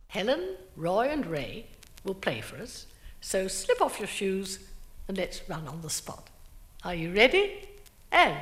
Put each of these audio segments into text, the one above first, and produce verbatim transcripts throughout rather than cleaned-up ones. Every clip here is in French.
Helen, Roy and Ray will play for us, so slip off your shoes and let's run on the spot. Are you ready? And...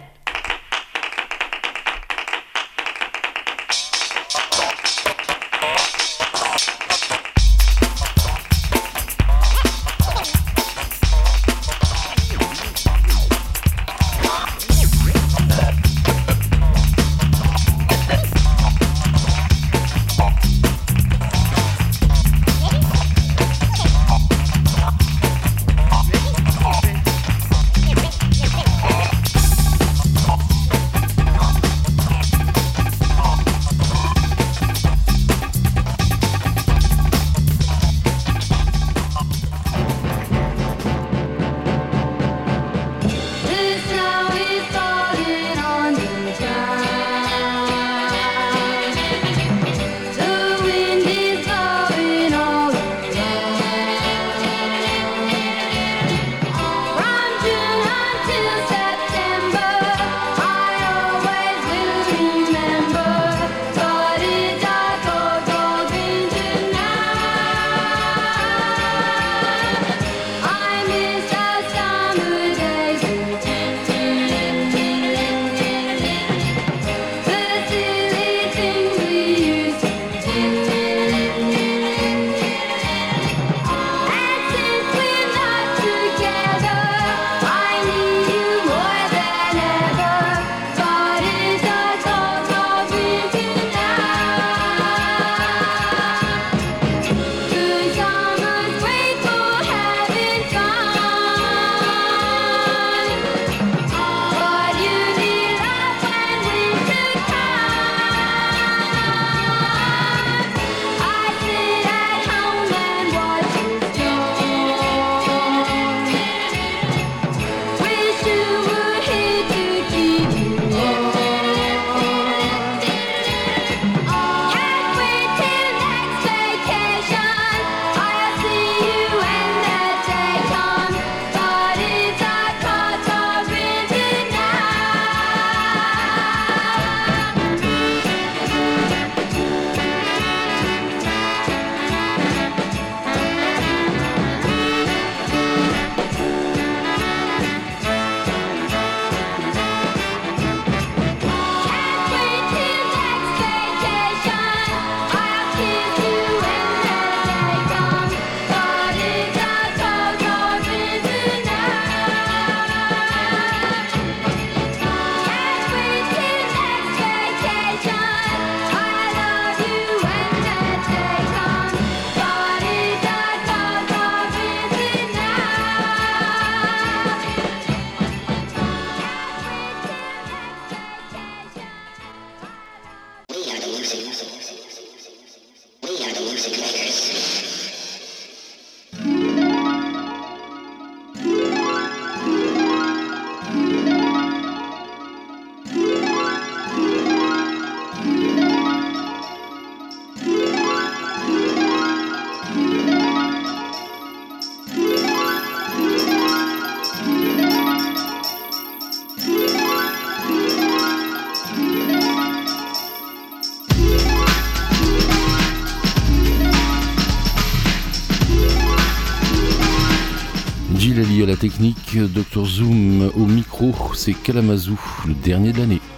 À la technique, docteur Zoom au micro, c'est Kalamazoo, le dernier de l'année.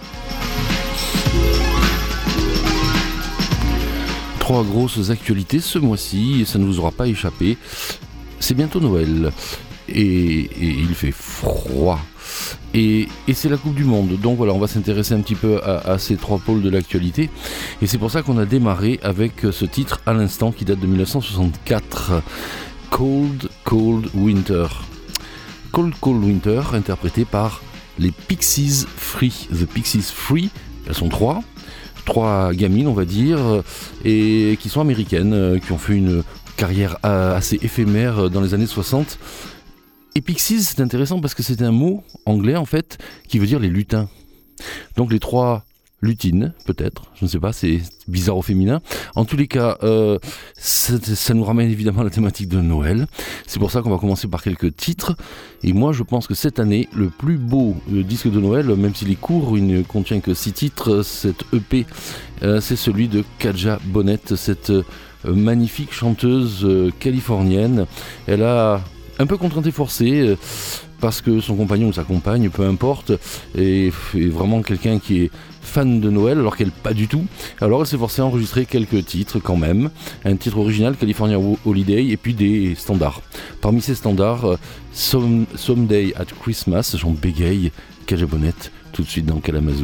Trois grosses actualités ce mois-ci, et ça ne vous aura pas échappé. C'est bientôt Noël, et, et il fait froid. Et, et c'est la Coupe du Monde, donc voilà, on va s'intéresser un petit peu à, à ces trois pôles de l'actualité. Et c'est pour ça qu'on a démarré avec ce titre à l'instant qui date de dix-neuf cent soixante-quatre, Cold Cold Winter. Cold Cold Winter, interprété par les Pixies Free. The Pixies Free, elles sont trois, trois gamines on va dire, et qui sont américaines, qui ont fait une carrière assez éphémère dans les années soixante. Et Pixies, c'est intéressant parce que c'est un mot anglais en fait, qui veut dire les lutins. Donc les trois lutine, peut-être, je ne sais pas, c'est bizarre au féminin. En tous les cas, euh, ça, ça nous ramène évidemment à la thématique de Noël. C'est pour ça qu'on va commencer par quelques titres. Et moi, je pense que cette année, le plus beau euh, disque de Noël, même s'il est court, il ne contient que six titres, cette E P, euh, c'est celui de Kaja Bonnet, cette euh, magnifique chanteuse euh, californienne. Elle a un peu contrainte et forcée euh, parce que son compagnon ou sa compagne, peu importe, est, est vraiment quelqu'un qui est fan de Noël alors qu'elle pas du tout. Alors elle s'est forcée à enregistrer quelques titres quand même. Un titre original, California Holiday, et puis des standards. Parmi ces standards, euh, Some, Someday at Christmas, j'en bégaye, Cajabonnette, tout de suite dans Kalamazoo.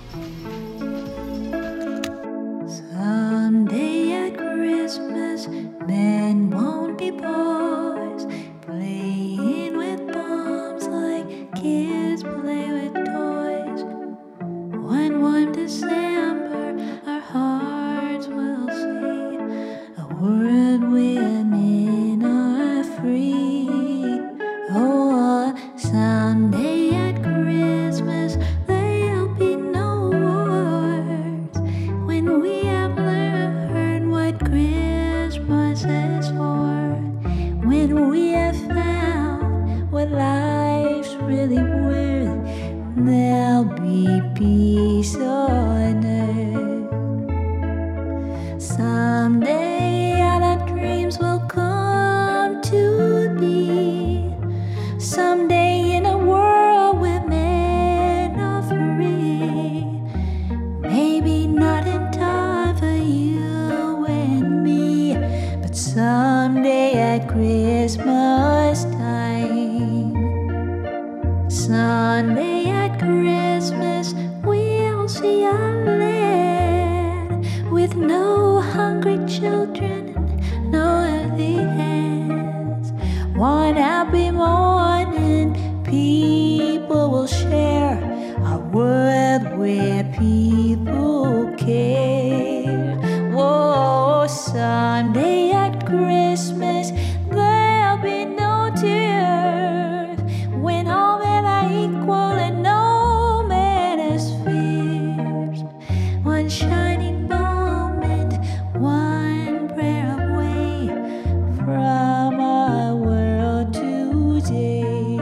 Someday at Christmas, men won't be boys, playing with bombs like kids play with toys. One warm December, our hearts will see a world where men are free. Oh, someday at Christmas, there'll be no wars when we have learned what Christmas is for. When we have found what life's really worth, there'll be peace on earth. Someday all our dreams will come to be. Someday in a world where men are free. Maybe not in time for you and me, but someday at Christmas time. Someday at Christmas we'll see a land with no hungry children and no empty hands. One happy morning people will share a world where people care. Whoa, someday at Christmas there'll be no tears when all men are equal and no man is fierce. One shining moment, one prayer away from our world today.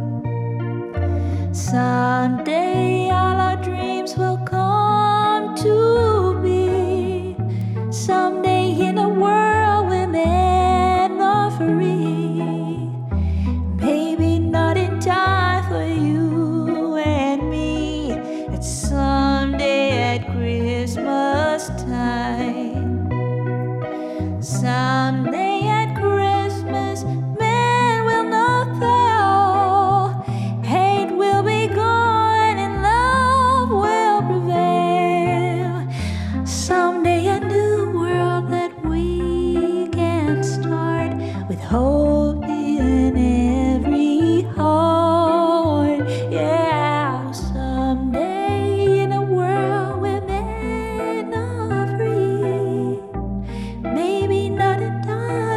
Someday all our dreams will come to be. Someday in a world where men are free. Maybe not in time for you and me. It's someday at Christmas time. Someday at Christmas, men will not fail. Hate will be gone and love will prevail. Someday a new world that we can start with hope in every heart. Yeah, someday in a world where men are free. Maybe not in time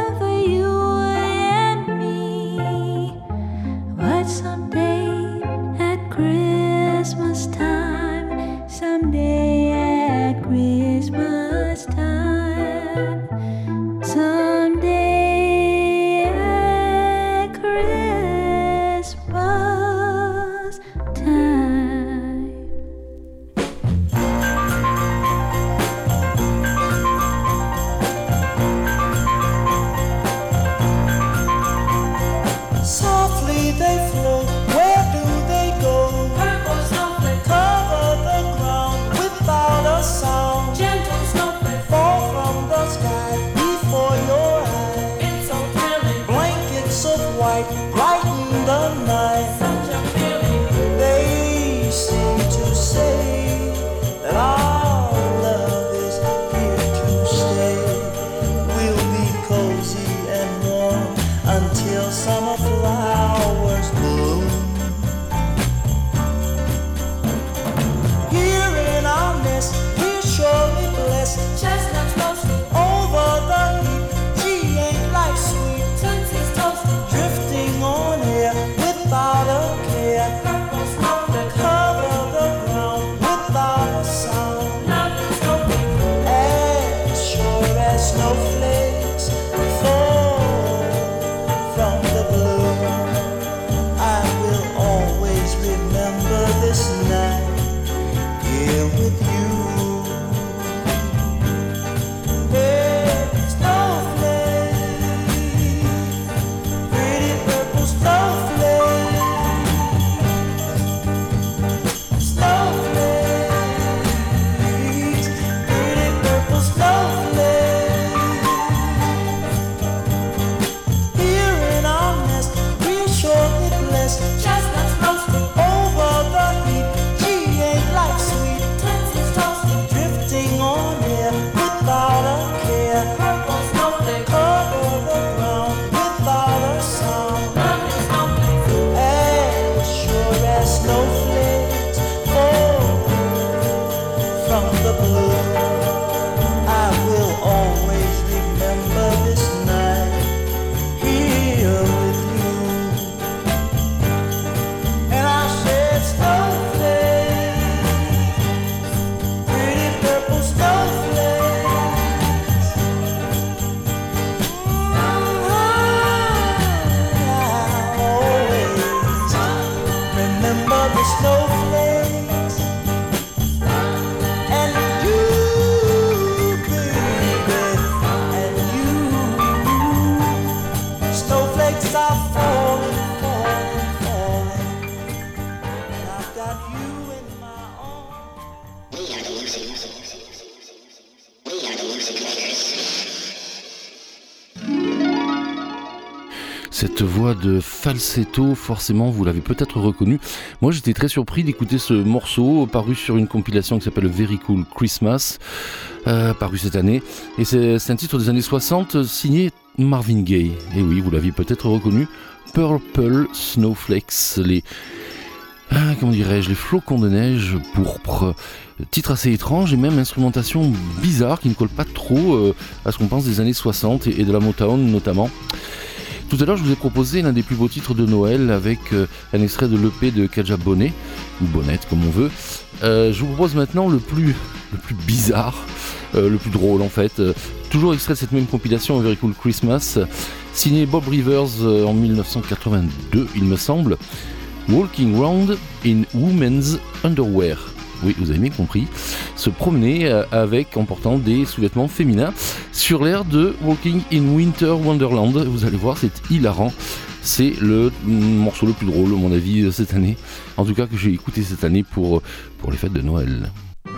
Cette voix de falsetto, forcément, vous l'avez peut-être reconnue. Moi, j'étais très surpris d'écouter ce morceau paru sur une compilation qui s'appelle Very Cool Christmas, euh, paru cette année. Et c'est, c'est un titre des années soixante signé Marvin Gaye. Et oui, vous l'aviez peut-être reconnu. Purple Snowflakes, les... Ah, comment dirais-je, les flocons de neige pourpre. Titre assez étrange et même instrumentation bizarre qui ne colle pas trop euh, à ce qu'on pense des années soixante et, et de la Motown notamment. Tout à l'heure, je vous ai proposé l'un des plus beaux titres de Noël avec euh, un extrait de l'E P de Kaja Bonnet, ou Bonnette comme on veut. Euh, je vous propose maintenant le plus, le plus bizarre, euh, le plus drôle en fait. Euh, toujours extrait de cette même compilation, Very Cool Christmas, signé Bob Rivers euh, en dix-neuf cent quatre-vingt-deux, il me semble. Walking Round in Women's Underwear. Oui, vous avez bien compris, se promener avec, en portant des sous-vêtements féminins sur l'air de Walking in Winter Wonderland. Vous allez voir, c'est hilarant. C'est le morceau le plus drôle, à mon avis, cette année. En tout cas, que j'ai écouté cette année pour, pour les fêtes de Noël.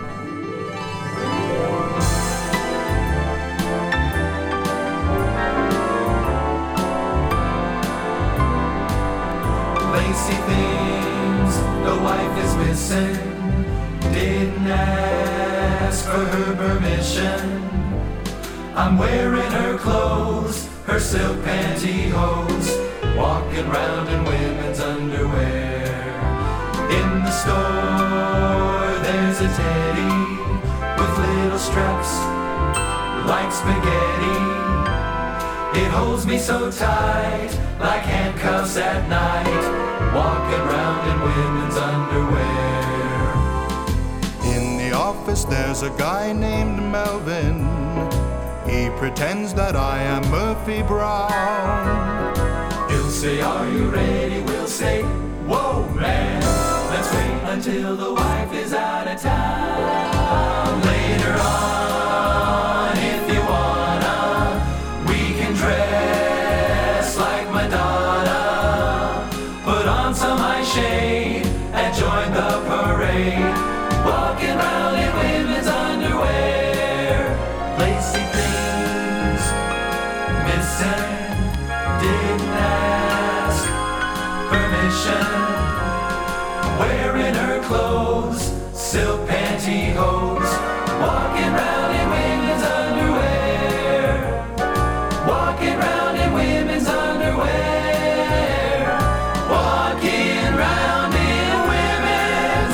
Lacy things the wife is missing. Didn't ask for her permission. I'm wearing her clothes, her silk pantyhose, walking round in women's underwear. In the store there's a teddy with little straps like spaghetti. It holds me so tight like handcuffs at night, walking round in women's underwear. In the office there's a guy named Melvin. He pretends that I am Murphy Brown. He'll say, are you ready? We'll say, whoa man, let's wait until the wife is out of town. Later on, if you wanna, we can dress like Madonna, put on some high shade and join the parade, walking around in women's underwear. Lacy things missing, didn't ask permission. Wearing her clothes, silk pantyhose, walking around in women's underwear, walking around in women's underwear, walking around in women's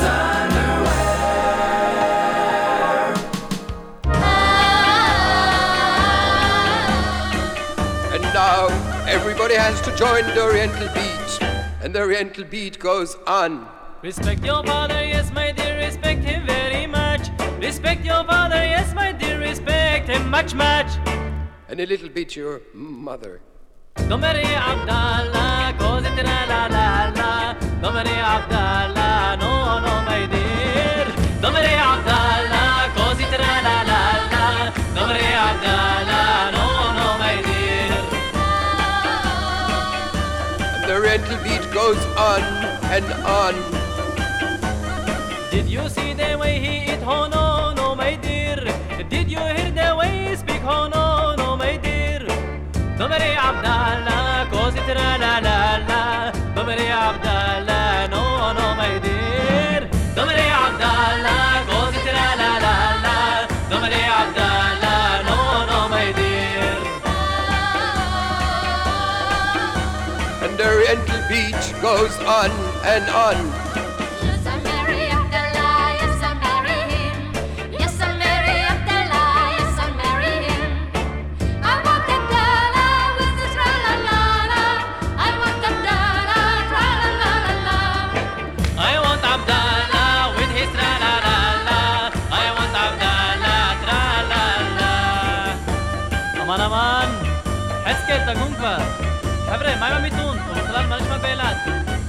underwear. And now everybody has to join the Oriental beat, and the Oriental beat goes on. Respect your father, yes my dear, respect him very much. Respect your father, yes my dear, respect him much, much. And a little bit your mother. Domeri Abdallah, così tra la la la. Domeri Abdallah, no no my dear. Domeri Abdallah, così tra la la la. Domeri Abdallah, no no my dear. And the Oriental beat goes on and on. Did you see the way he eat? Oh no, no, my dear. Did you hear the way he speak? Oh no, no, my dear. Domeri Abdallah, così tra la la la. Domeri Abdallah, no, no, my dear. Domeri Abdallah, così tra la la la. Domeri Abdallah, no, no, my dear. And the Oriental beat goes on and on. אמן, חזקאל, תקום כבר. חבר'ה, מה עם המיתון? הוא בכלל מה נשמע באילת?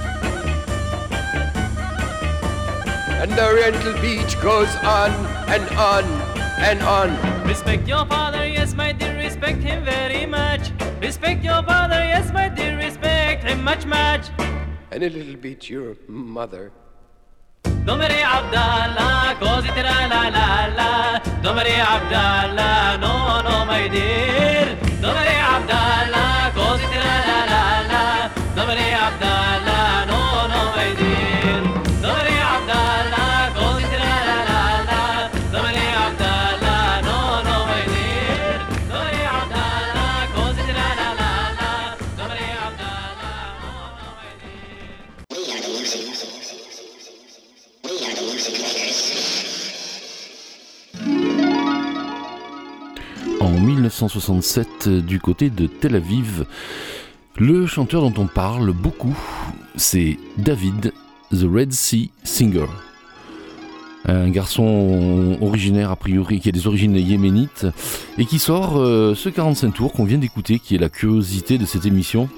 And the Oriental beat goes on and on and on. Respect your father, yes my dear, respect him very much. Respect your father, yes my dear, respect him much, much. And a little bit your mother. Domeri Abdallah, così tra la la la. Domeri Abdallah, no no my dear. Domeri Abdallah, così tra la la la. cent soixante-sept du côté de Tel Aviv. Le chanteur dont on parle beaucoup, c'est David, The Red Sea Singer. Un garçon originaire a priori qui a des origines yéménites et qui sort euh, ce quarante-cinq tours qu'on vient d'écouter, qui est la curiosité de cette émission.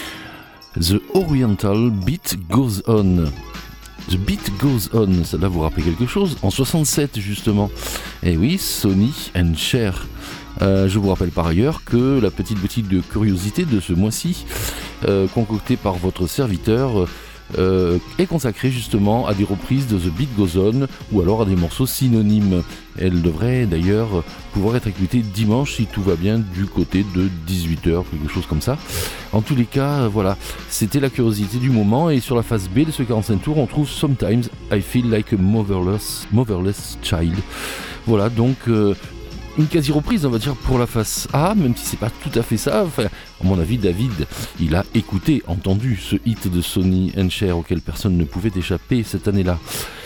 The Oriental Beat Goes On. The Beat Goes On, ça doit vous rappeler quelque chose. En soixante-sept justement. Et oui, Sonny and Cher. Euh, je vous rappelle par ailleurs que la petite boutique de curiosité de ce mois-ci, euh, concoctée par votre serviteur, Euh, est consacrée justement à des reprises de The Beat Goes On ou alors à des morceaux synonymes. Elle devrait d'ailleurs pouvoir être écoutée dimanche si tout va bien du côté de dix-huit heures, quelque chose comme ça. En tous les cas, voilà, c'était la curiosité du moment et sur la phase B de ce quarante-cinq tours, on trouve Sometimes I Feel Like a Motherless, motherless Child. Voilà, donc euh, une quasi-reprise, on va dire, pour la face A, même si c'est pas tout à fait ça. Enfin, à mon avis, David, il a écouté, entendu ce hit de Sonny and Cher auquel personne ne pouvait échapper cette année-là.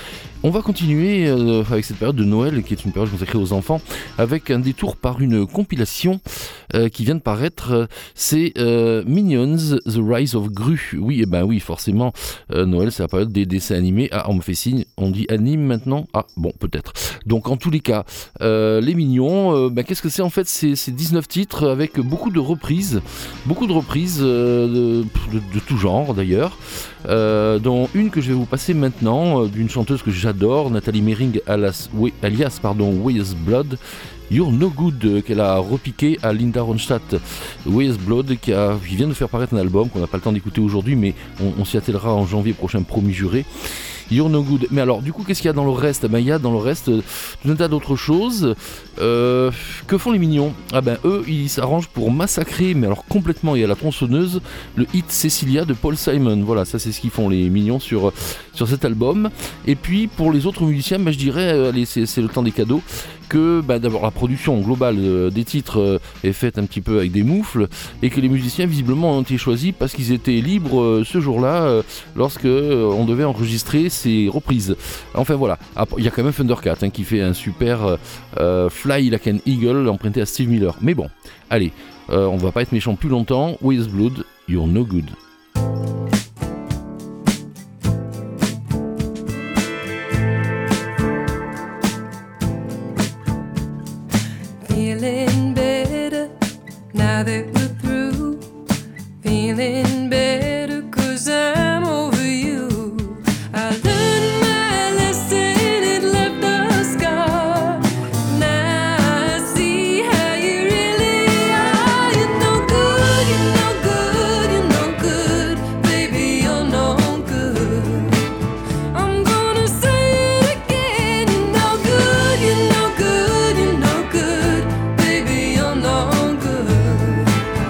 On va continuer euh, avec cette période de Noël, qui est une période consacrée aux enfants, avec un détour par une compilation euh, qui vient de paraître. C'est euh, Minions, The Rise of Gru. Oui, et ben oui, forcément, euh, Noël, c'est la période des dessins animés. Ah, on me fait signe, on dit anime maintenant. Ah, bon, peut-être. Donc, en tous les cas, euh, les Mignons, euh, ben, qu'est-ce que c'est en fait? C'est, c'est dix-neuf titres avec beaucoup de reprises, beaucoup de reprises euh, de, de, de tout genre d'ailleurs, euh, dont une que je vais vous passer maintenant, euh, d'une chanteuse que j'adore, Nathalie Mering, alias, alias pardon, Weyes Blood. You're No Good, euh, qu'elle a repiqué à Linda Ronstadt. Weyes Blood qui, a, qui vient de faire paraître un album qu'on n'a pas le temps d'écouter aujourd'hui, mais on, on s'y attellera en janvier prochain, promis juré. You're No Good. Mais alors, du coup, qu'est-ce qu'il y a dans le reste? Ben, il y a dans le reste euh, tout un tas d'autres choses. Euh, que font les Mignons? Ah ben, eux, ils s'arrangent pour massacrer, mais alors complètement, et à la tronçonneuse, le hit Cecilia de Paul Simon. Voilà, ça c'est ce qu'ils font les Mignons sur, sur cet album. Et puis, pour les autres musiciens, ben, je dirais, euh, allez, c'est, c'est le temps des cadeaux, que ben, d'abord la production globale euh, des titres euh, est faite un petit peu avec des moufles, et que les musiciens, visiblement, ont été choisis parce qu'ils étaient libres euh, ce jour-là, euh, lorsque euh, on devait enregistrer ces reprises. Enfin voilà, il y a quand même Thundercat hein, qui fait un super euh, Fly Like an Eagle emprunté à Steve Miller. Mais bon, allez, euh, on va pas être méchant plus longtemps. Weyes Blood, You're No Good. Feeling better now that we're through. Feeling better 'cause I'm over you. I learned my lesson, it left a scar. Now I see how you really are. You're no good, you're no good, you're no good. Baby, you're no good. I'm gonna say it again. You're no good, you're no good, you're no good. Baby, you're no good.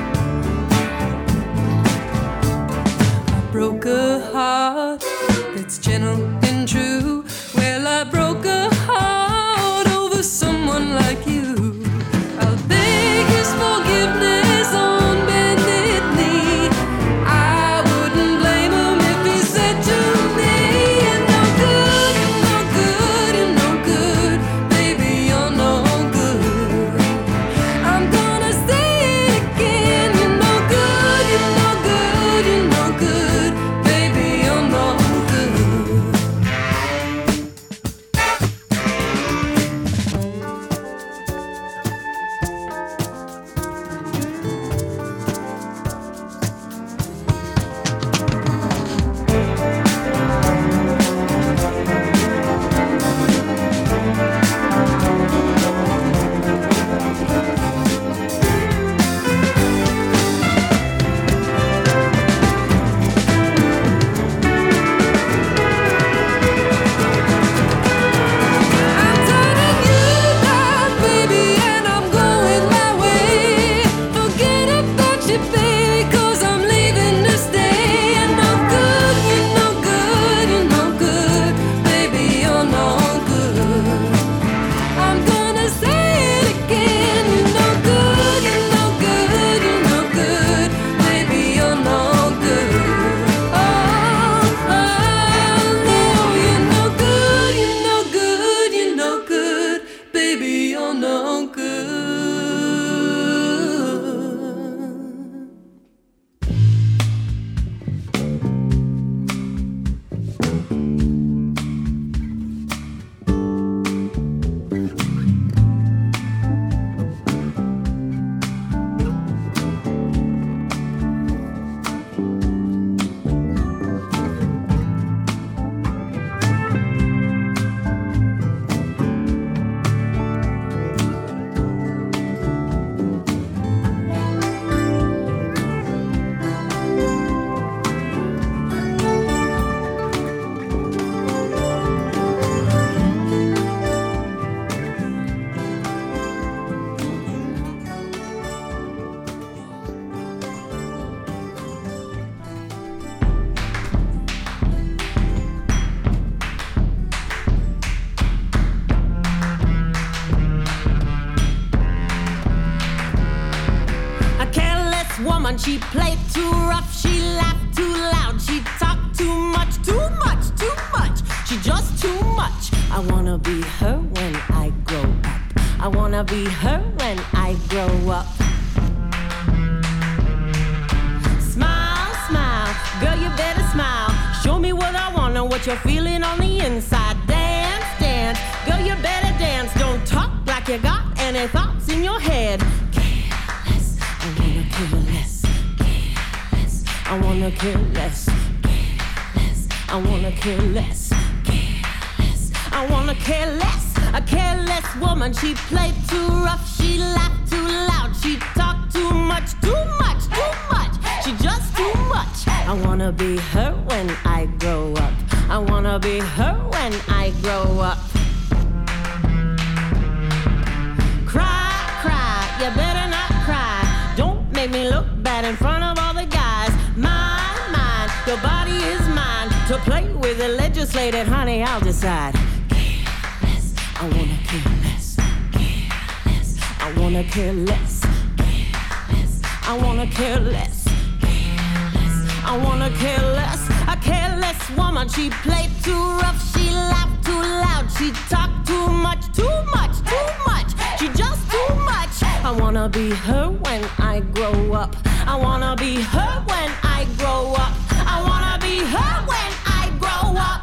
I broke a heart that's gentle and true. Well, I broke a heart over someone like you. I'll beg his forgiveness on bended knee. I wouldn't blame him if he said to me, you're no good, you're no good, you're no good. Baby, you're no good. I'm gonna say it again. You're no good, you're no good, you're no good. Baby, you're no good. woman. She played too rough, she laughed too loud, she talked too much, too much, too much. She just too much. I wanna be her when I grow up. I wanna be her when I grow up. Smile, smile, girl, you better smile. Show me what I wanna, what you're feeling on the inside. Dance, dance, girl, you better dance. Don't talk like you got any thoughts in your head. Careless, I wanna kill less. Careless, I wanna kill less. Careless, I wanna kill less. Careless, I wanna care less. A careless woman, she played too rough, she laughed too loud, she talked too much, too much, too much. She just too much. I wanna be her when I grow up. I wanna be her when I grow up. Cry, cry, you better not cry. Don't make me look bad in front of all the guys. Mine, mine, your body is mine. To play with and legislate it, honey, I'll decide. Careless, I wanna care less. Careless, I wanna care less. Careless, I wanna care less. I wanna care less, a careless woman. She played too rough, she laughed too loud, she talked too much, too much, too much. She just too much. I wanna be her when I grow up. I wanna be her when I grow up. I wanna be her when I grow up.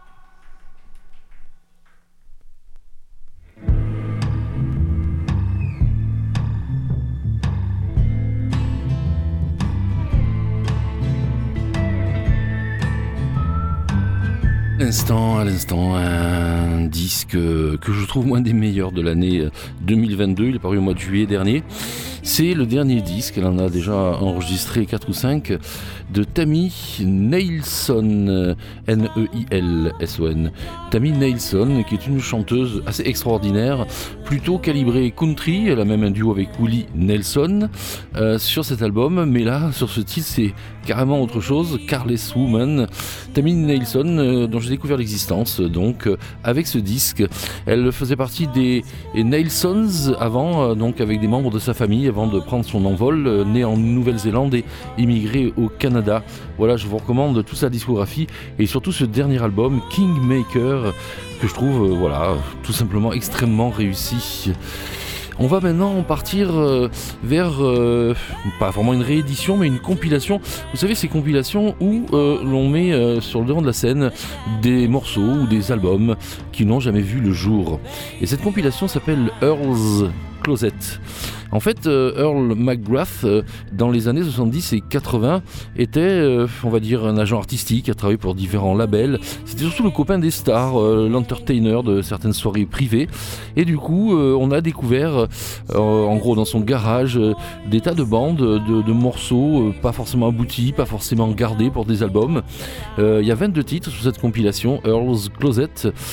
À l'instant, à l'instant, un disque que je trouve moins des meilleurs de l'année deux mille vingt-deux, il est paru au mois de juillet dernier. C'est le dernier disque, elle en a déjà enregistré quatre ou cinq, de Tammy Neilson, N E I L S O N. Tammy Neilson, qui est une chanteuse assez extraordinaire, plutôt calibrée country, elle a même un duo avec Willie Nelson euh, sur cet album, mais là, sur ce titre, c'est carrément autre chose, Careless Woman. Tammy Neilson, euh, dont j'ai découvert l'existence, donc, euh, avec ce disque. Elle faisait partie des Nelsons avant, euh, donc avec des membres de sa famille, avant de prendre son envol, euh, née en Nouvelle-Zélande et immigrée au Canada. Voilà, je vous recommande toute sa discographie et surtout ce dernier album, Kingmaker, que je trouve, euh, voilà, tout simplement extrêmement réussi. On va maintenant partir euh, vers, euh, pas vraiment une réédition, mais une compilation. Vous savez, ces compilations où euh, l'on met euh, sur le devant de la scène des morceaux ou des albums qui n'ont jamais vu le jour. Et cette compilation s'appelle Earl's Closet. En fait, euh, Earl McGrath, euh, dans les années soixante-dix et quatre-vingts, était, euh, on va dire, un agent artistique, a travaillé pour différents labels. C'était surtout le copain des stars, euh, l'entertainer de certaines soirées privées. Et du coup, euh, on a découvert, euh, en gros, dans son garage, euh, des tas de bandes, de, de morceaux, euh, pas forcément aboutis, pas forcément gardés pour des albums. Euh, il y a vingt-deux titres sur cette compilation, Earl's Closet.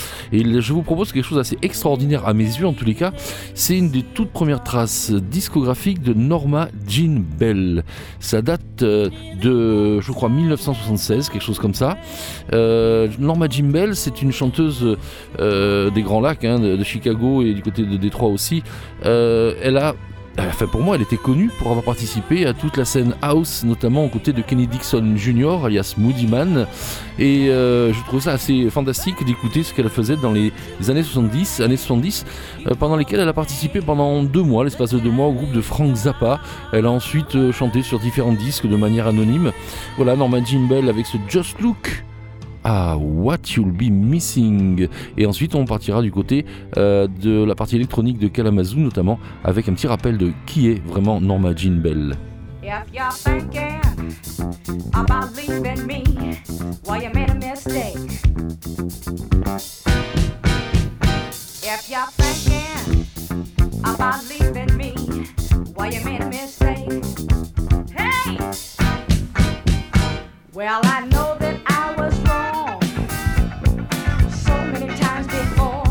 Et je vous propose quelque chose d'assez extraordinaire, à mes yeux en tous les cas. C'est une des toutes premières traces discographique de Norma Jean Bell. Ça date euh, de, je crois, dix-neuf cent soixante-seize, quelque chose comme ça. Euh, Norma Jean Bell, c'est une chanteuse euh, des Grands Lacs, hein, de, de Chicago et du côté de Détroit aussi. Euh, elle a Enfin, pour moi, elle était connue pour avoir participé à toute la scène house, notamment aux côtés de Kenny Dixon junior, alias Moody Man. Et euh, je trouve ça assez fantastique d'écouter ce qu'elle faisait dans les années soixante-dix, années soixante-dix euh, pendant lesquelles elle a participé pendant deux mois, l'espace de deux mois, au groupe de Frank Zappa. Elle a ensuite euh, chanté sur différents disques de manière anonyme. Voilà, Norma Jean Bell avec ce Just Look à What You'll Be Missing. Et ensuite on partira du côté euh, de la partie électronique de Kalamazoo, notamment avec un petit rappel de qui est vraiment Norma Jean Bell. If you're thinking about leaving me, well, you made a mistake. If you're thinking about leaving me, well, you made a mistake. Hey! Well, I know that I was wrong so many times before,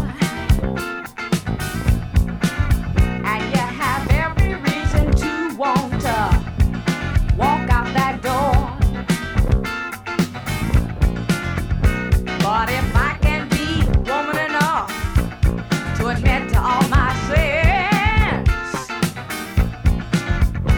and you have every reason to want to walk out that door. But if I can be woman enough to admit to all my sins,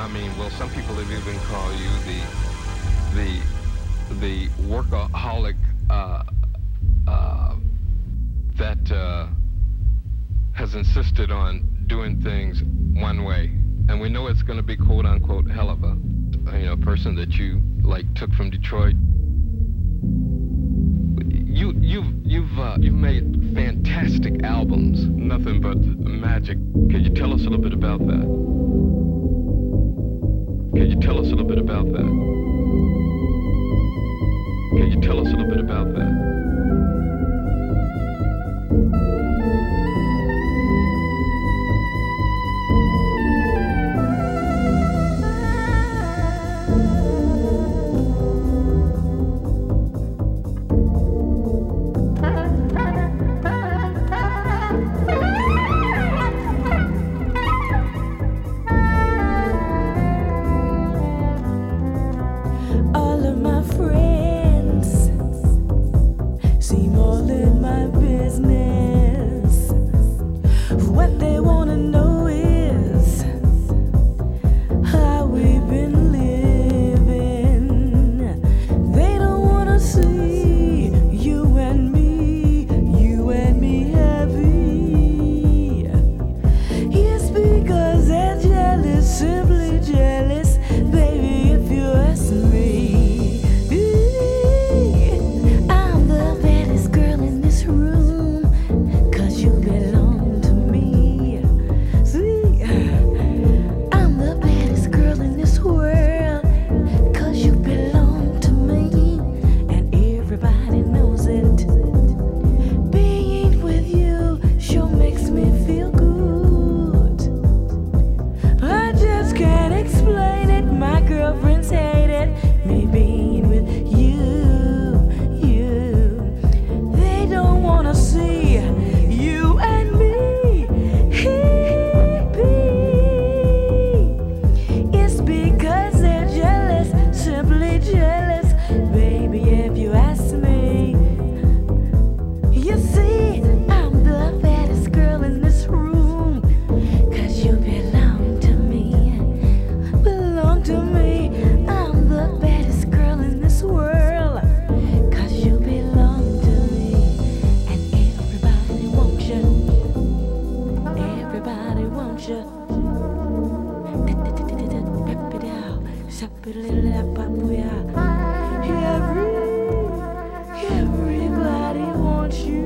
I mean, well, some people have even called you the the the workaholic uh, uh, that uh, has insisted on doing things one way, and we know it's going to be quote unquote hell of a you know person that you like took from Detroit. You you've you've uh, you've made fantastic albums, nothing but magic. Could you tell us a little bit about that? Could you tell us a little bit about that? Could you tell us a little bit about that? All of my friends seem all in my business. What they wanna know is how we've been living. They don't wanna see you and me, you and me happy. It's because they're jealous, simply jealous, baby, if you ask me. I'm the baddest girl in this room, 'cause you belong to me. See, I'm the baddest girl in this world, 'cause you belong to me, and everybody knows it. Being with you sure makes me feel good. I just can't explain it, my girlfriends hate it, me being with you, you. They don't wanna see you and me happy. It's because they're jealous, simply jealous, baby, if you ask me. You see, I'm the baddest girl in this room, 'cause you belong to me, belong to me. I'm the baddest girl in this world, 'cause you belong to me, and everybody wants you, everybody wants you. Every, everybody wants you.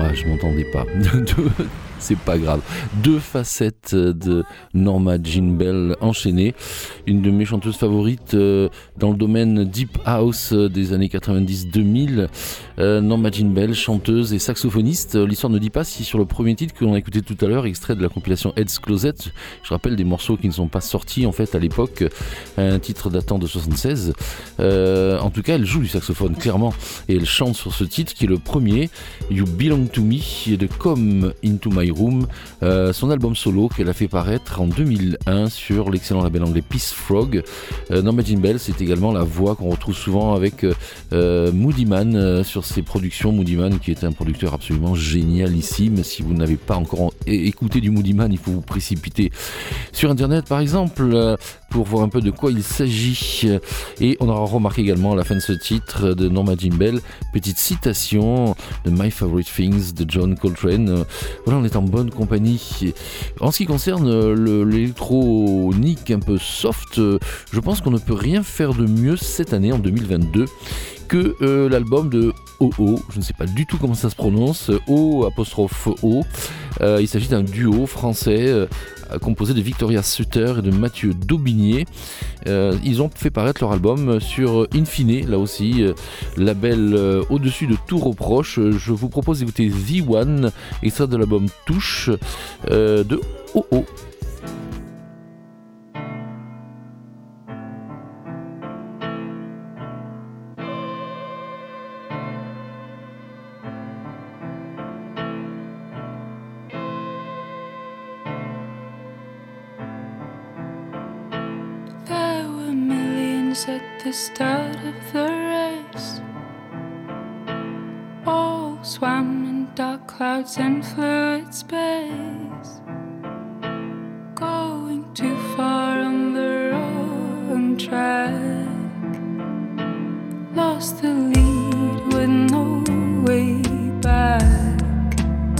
Ah, je m'entendais pas. C'est pas grave. Deux facettes de Norma Jean Bell enchaînées. Une de mes chanteuses favorites euh, dans le domaine Deep House des années quatre-vingt-dix deux mille. Euh, Norma Jean Bell, chanteuse et saxophoniste. L'histoire ne dit pas si sur le premier titre que l'on a écouté tout à l'heure, extrait de la compilation Head's Closet, je rappelle des morceaux qui ne sont pas sortis en fait à l'époque, un titre datant de soixante-seize. Euh, en tout cas, elle joue du saxophone clairement et elle chante sur ce titre qui est le premier, You Belong to Me de Come Into My Room, euh, son album solo qu'elle a fait paraître en deux mille un sur l'excellent label anglais Peace Frog. Euh, Norma Jean Bell, c'est également la voix qu'on retrouve souvent avec euh, Moody Man euh, sur ses productions. Moody Man qui est un producteur absolument génialissime. Si vous n'avez pas encore écouté du Moody Man, il faut vous précipiter sur internet par exemple euh, pour voir un peu de quoi il s'agit. Et on aura remarqué également à la fin de ce titre de Norma Jean Bell, petite citation de My Favorite Things de John Coltrane. Voilà, on est en bonne compagnie. En ce qui concerne le, l'électronique un peu soft, je pense qu'on ne peut rien faire de mieux cette année, en deux mille vingt-deux, que euh, l'album de O O, je ne sais pas du tout comment ça se prononce, O apostrophe O. Euh, il s'agit d'un duo français euh, composé de Victoria Sutter et de Mathieu Daubigné. Euh, ils ont fait paraître leur album sur Infine, là aussi, euh, label euh, au-dessus de tout reproche. Je vous propose d'écouter The One, extrait de l'album Touche euh, de O O. At the start of the race, all swam in dark clouds and fluid space, going too far on the wrong track, lost the lead with no way back.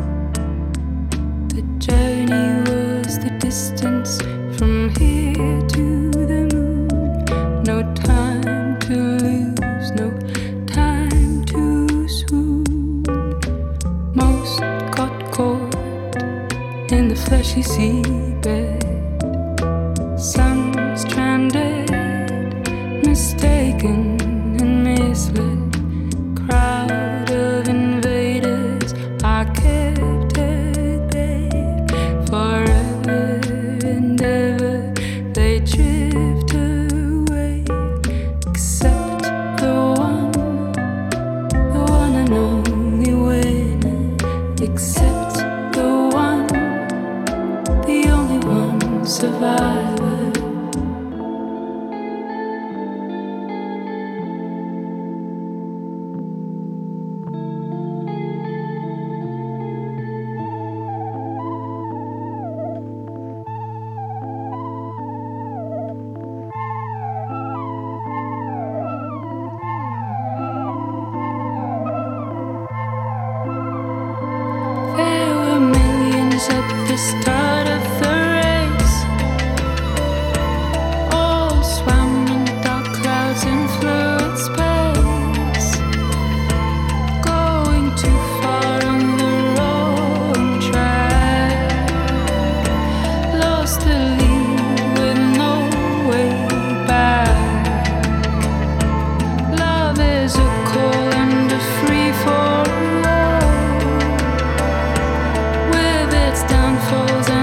The journey was the distance from here to the moon. No time to lose, no time to swoon. Most got caught in the fleshy seabed. Some stranded, mistaken and misled. Crowd of invaders I kept at bay. Forever and ever they drift away. Except the one, the one and only winner. Except the one, the only one survivor. At the start of the race, all swam in dark clouds and fluid space, going too far on the wrong track, lost the lead with no way back. Love is a call and a free for all. Downfalls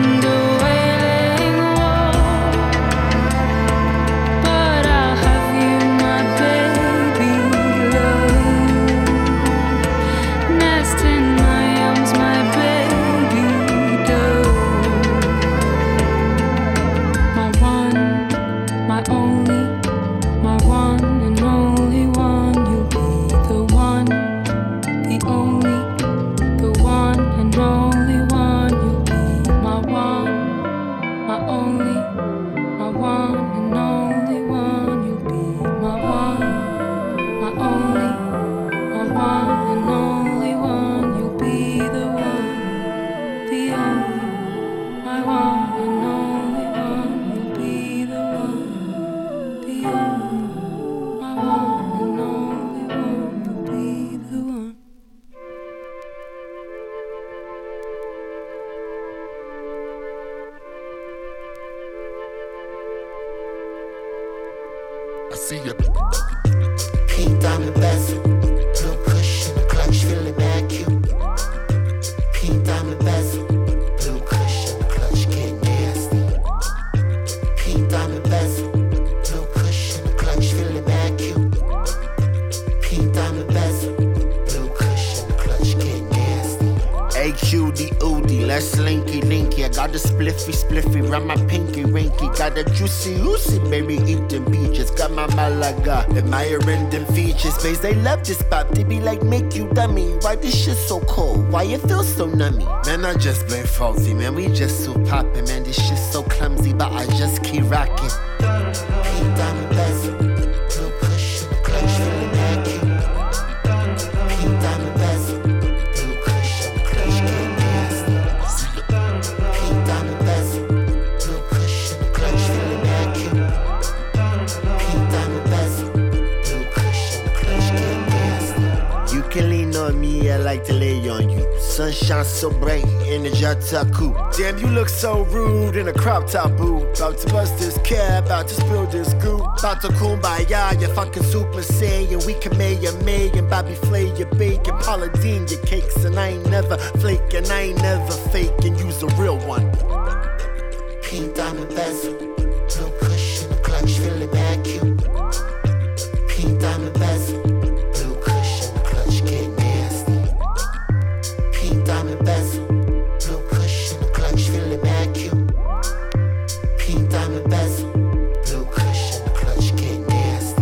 I see ya. Pink diamond bezel, blue cushion, the clutch feeling mad cute. Pink diamond bezel, blue cushion, the clutch getting nasty. Pink diamond bezel, blue cushion, the clutch feeling mad cute. Pink diamond bezel, blue cushion, the clutch getting nasty. A Q D O D, let's slinky linky. I got a spliffy spliffy round my pinky rinky. Got a juicy oozy berry eating beaches. Got my Malaga, admiring them features. Bays, they love this pop. They be like, make you dummy. Why this shit so cold? Why it feel so nummy? Man, I just blame faulty. Man, we just so poppin'. Man, this shit so clumsy, but I just keep rockin'. Pink diamond bezel, blue cushion, clutch feeling mad cute. Pink diamond bezel, blue cushion, clutch getting nasty. Pink diamond bezel, blue cushion, clutch feeling mad cute. Pink diamond bezel, blue cushion, clutch getting nasty. You can lean on me, I like to lay on you. Sunshine so bright in the Jata coupe. Damn, you look so rude in a crop top boot. About to bust this cab, about to spill this goop. About to kumbaya, you fucking super saiyan. We can make a million, Bobby Flay your bacon, Paula Deen your cakes. And I ain't never flaking, I ain't never faking. You's a real one. Pink diamond bezel, blue cushion, the clutch feeling mad cute. Pink diamond bezel, blue cushion, the clutch getting nasty. Pink diamond bezel, blue cushion, the clutch feeling mad cute. Pink diamond bezel, blue cushion, the clutch getting nasty.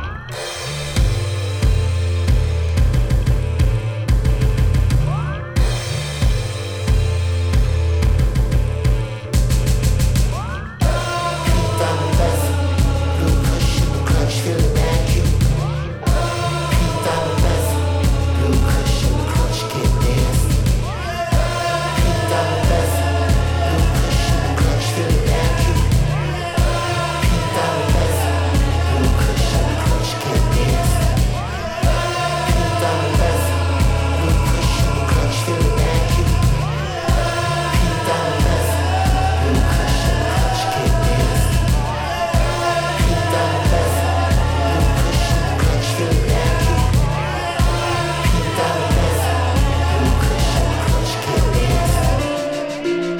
Pink diamond bezel, blue cushion, the clutch feeling mad cute. Pink diamond bezel, blue cushion, the clutch getting nasty. Pink diamond bezel, blue cushion, the clutch feeling mad cute. Pink diamond bezel, blue cushion, the clutch getting nasty. Pink diamond bezel, blue cushion, the clutch feeling mad cute. Pink diamond bezel, blue cushion, the clutch getting nasty. Pink diamond bezel, blue cushion, the clutch feeling mad cute. Pink diamond bezel, blue cushion, the clutch getting nasty.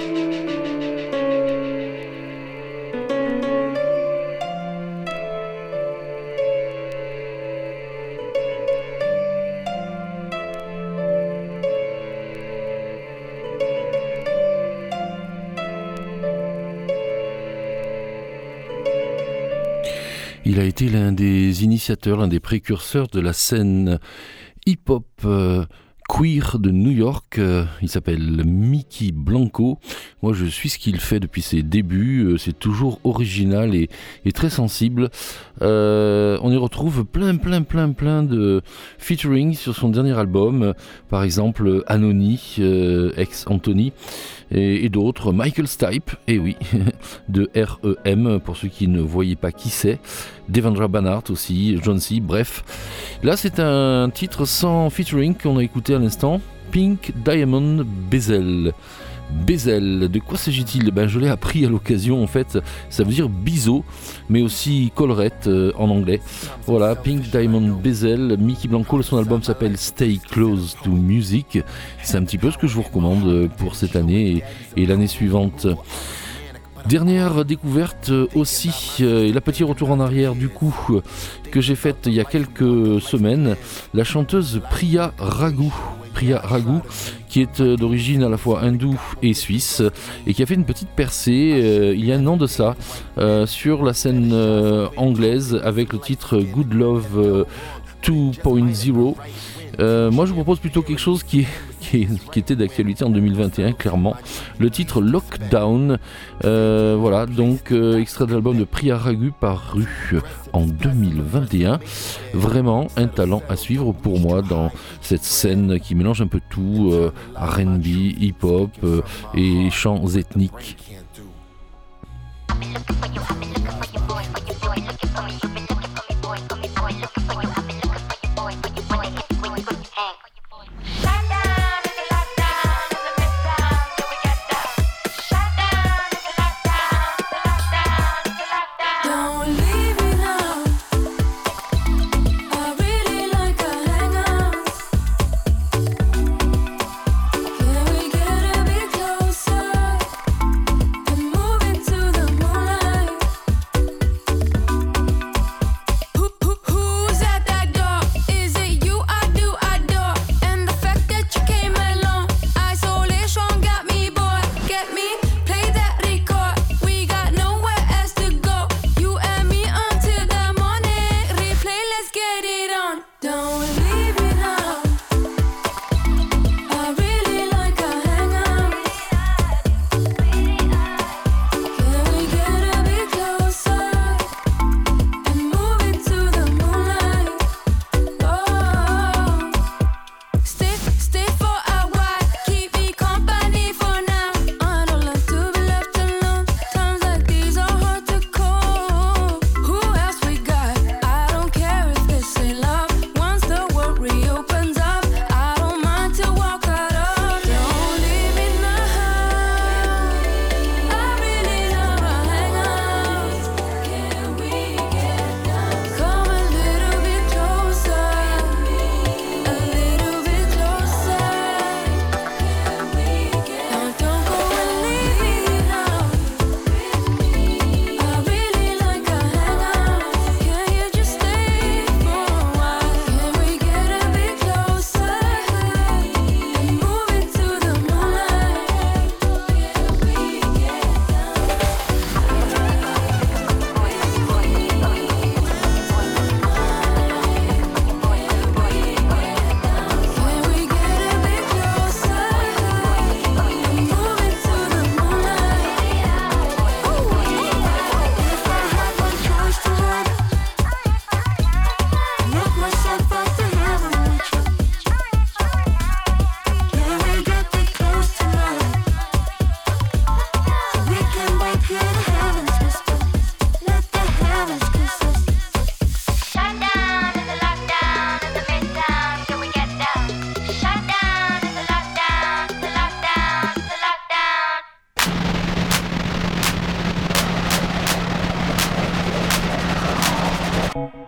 Il a été l'un des initiateurs, l'un des précurseurs de la scène hip-hop euh, queer de New York. Euh, il s'appelle Mickey Blanco. Moi, je suis ce qu'il fait depuis ses débuts. Euh, c'est toujours original et, et très sensible. Euh, on y retrouve plein, plein, plein, plein de featuring sur son dernier album. Par exemple, Anony, euh, ex-Anthony. Et, et d'autres, Michael Stipe, et oui, de R E M, pour ceux qui ne voyaient pas qui c'est, Devendra Banhart aussi, John C, bref. Là, c'est un titre sans featuring qu'on a écouté à l'instant, Pink Diamond Bezel. Bezel, de quoi s'agit-il? Ben, je l'ai appris à l'occasion, en fait, ça veut dire biseau, mais aussi collerette euh, en anglais. Voilà, Pink Diamond Bezel, Mickey Blanco, son album s'appelle Stay Close to Music. C'est un petit peu ce que je vous recommande pour cette année et, et l'année suivante. Dernière découverte aussi, euh, et la petit retour en arrière du coup que j'ai faite il y a quelques semaines, la chanteuse Priya Raghu. Priya Raghu, qui est euh, d'origine à la fois hindoue et suisse, et qui a fait une petite percée euh, il y a un an de ça euh, sur la scène euh, anglaise avec le titre Good Love euh, deux point zéro. Euh, moi je vous propose plutôt quelque chose qui, est, qui, est, qui était d'actualité en deux mille vingt et un, clairement. Le titre Lockdown, euh, voilà, donc euh, extrait de l'album de Priya Raghu paru en deux mille vingt et un. Vraiment un talent à suivre pour moi dans cette scène qui mélange un peu tout, euh, R and B, hip-hop euh, et chants ethniques. Don't leave me now.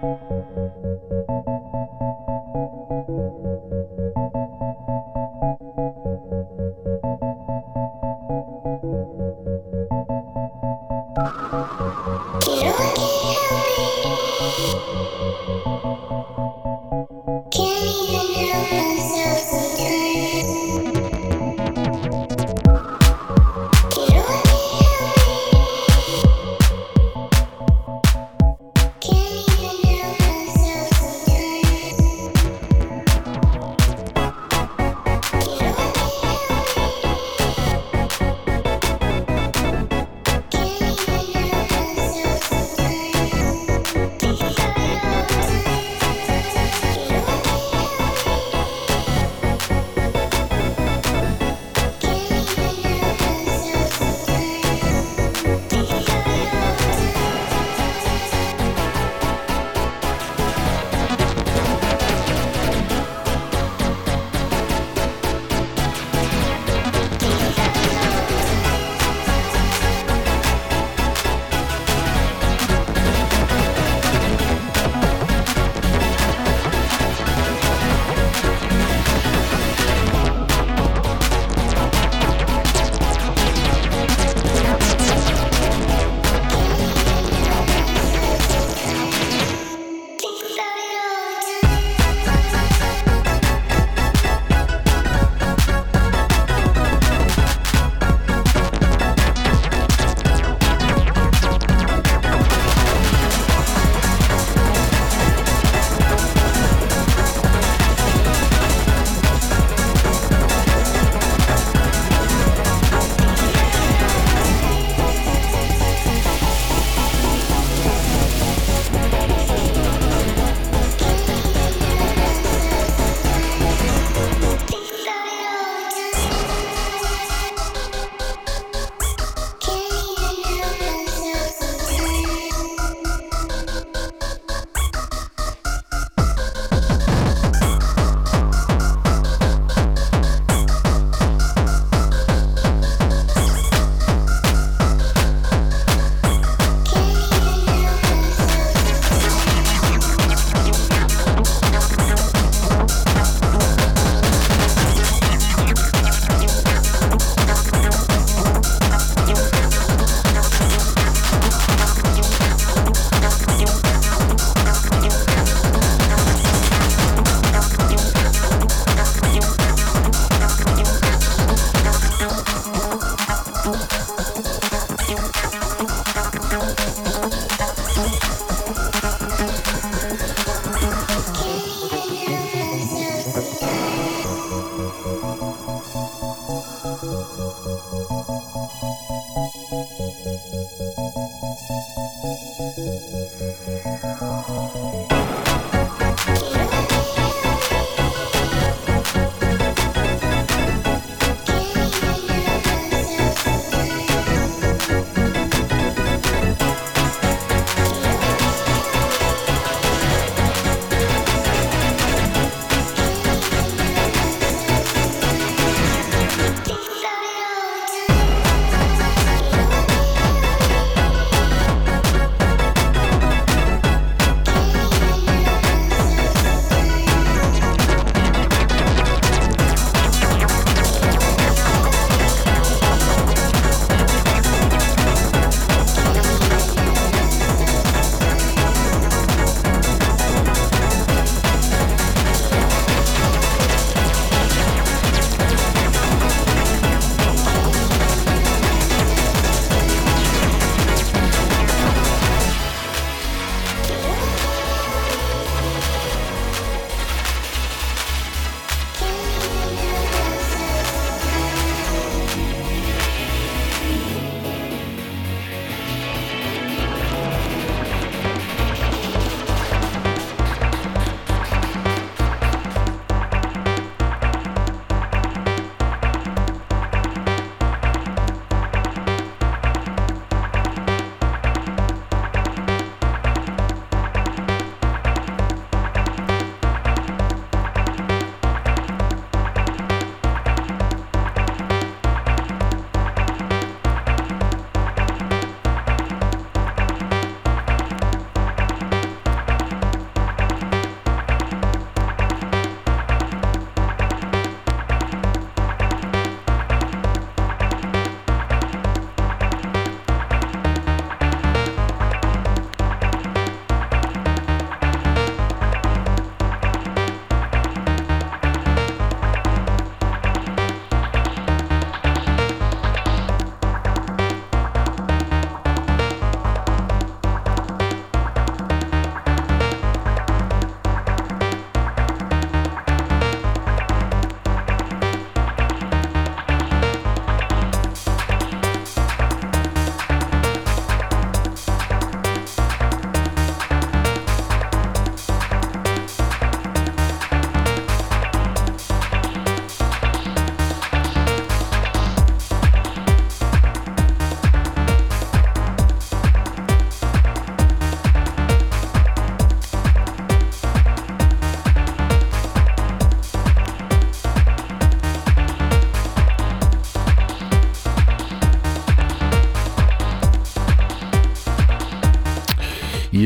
Can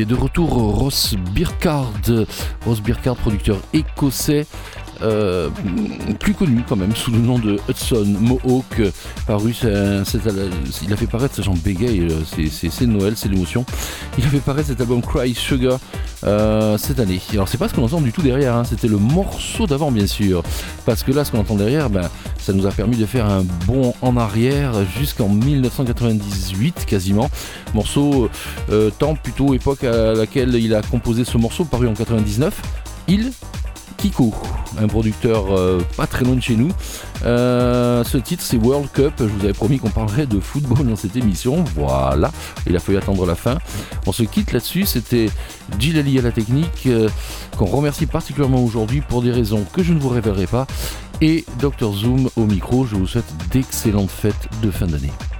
est de retour Ross Burkhard, Ross Burkhard, producteur écossais. Euh, plus connu quand même sous le nom de Hudson Mohawk, paru, c'est, c'est, il a fait paraître, j'en bégaye, c'est, c'est, c'est Noël, c'est l'émotion, il a fait paraître cet album Cry Sugar euh, cette année. Alors c'est pas ce qu'on entend du tout derrière, hein. C'était le morceau d'avant bien sûr, parce que là ce qu'on entend derrière, ben, ça nous a permis de faire un bond en arrière jusqu'en dix-neuf cent quatre-vingt-dix-huit quasiment, morceau euh, temps plutôt époque à laquelle il a composé ce morceau, paru en quatre-vingt-dix-neuf, il Kiko, un producteur euh, pas très loin de chez nous. Euh, ce titre c'est World Cup, je vous avais promis qu'on parlerait de football dans cette émission, voilà, il a fallu attendre la fin. On se quitte là-dessus, c'était Gilali à la technique, euh, qu'on remercie particulièrement aujourd'hui pour des raisons que je ne vous révélerai pas, et docteur Zoom au micro. Je vous souhaite d'excellentes fêtes de fin d'année.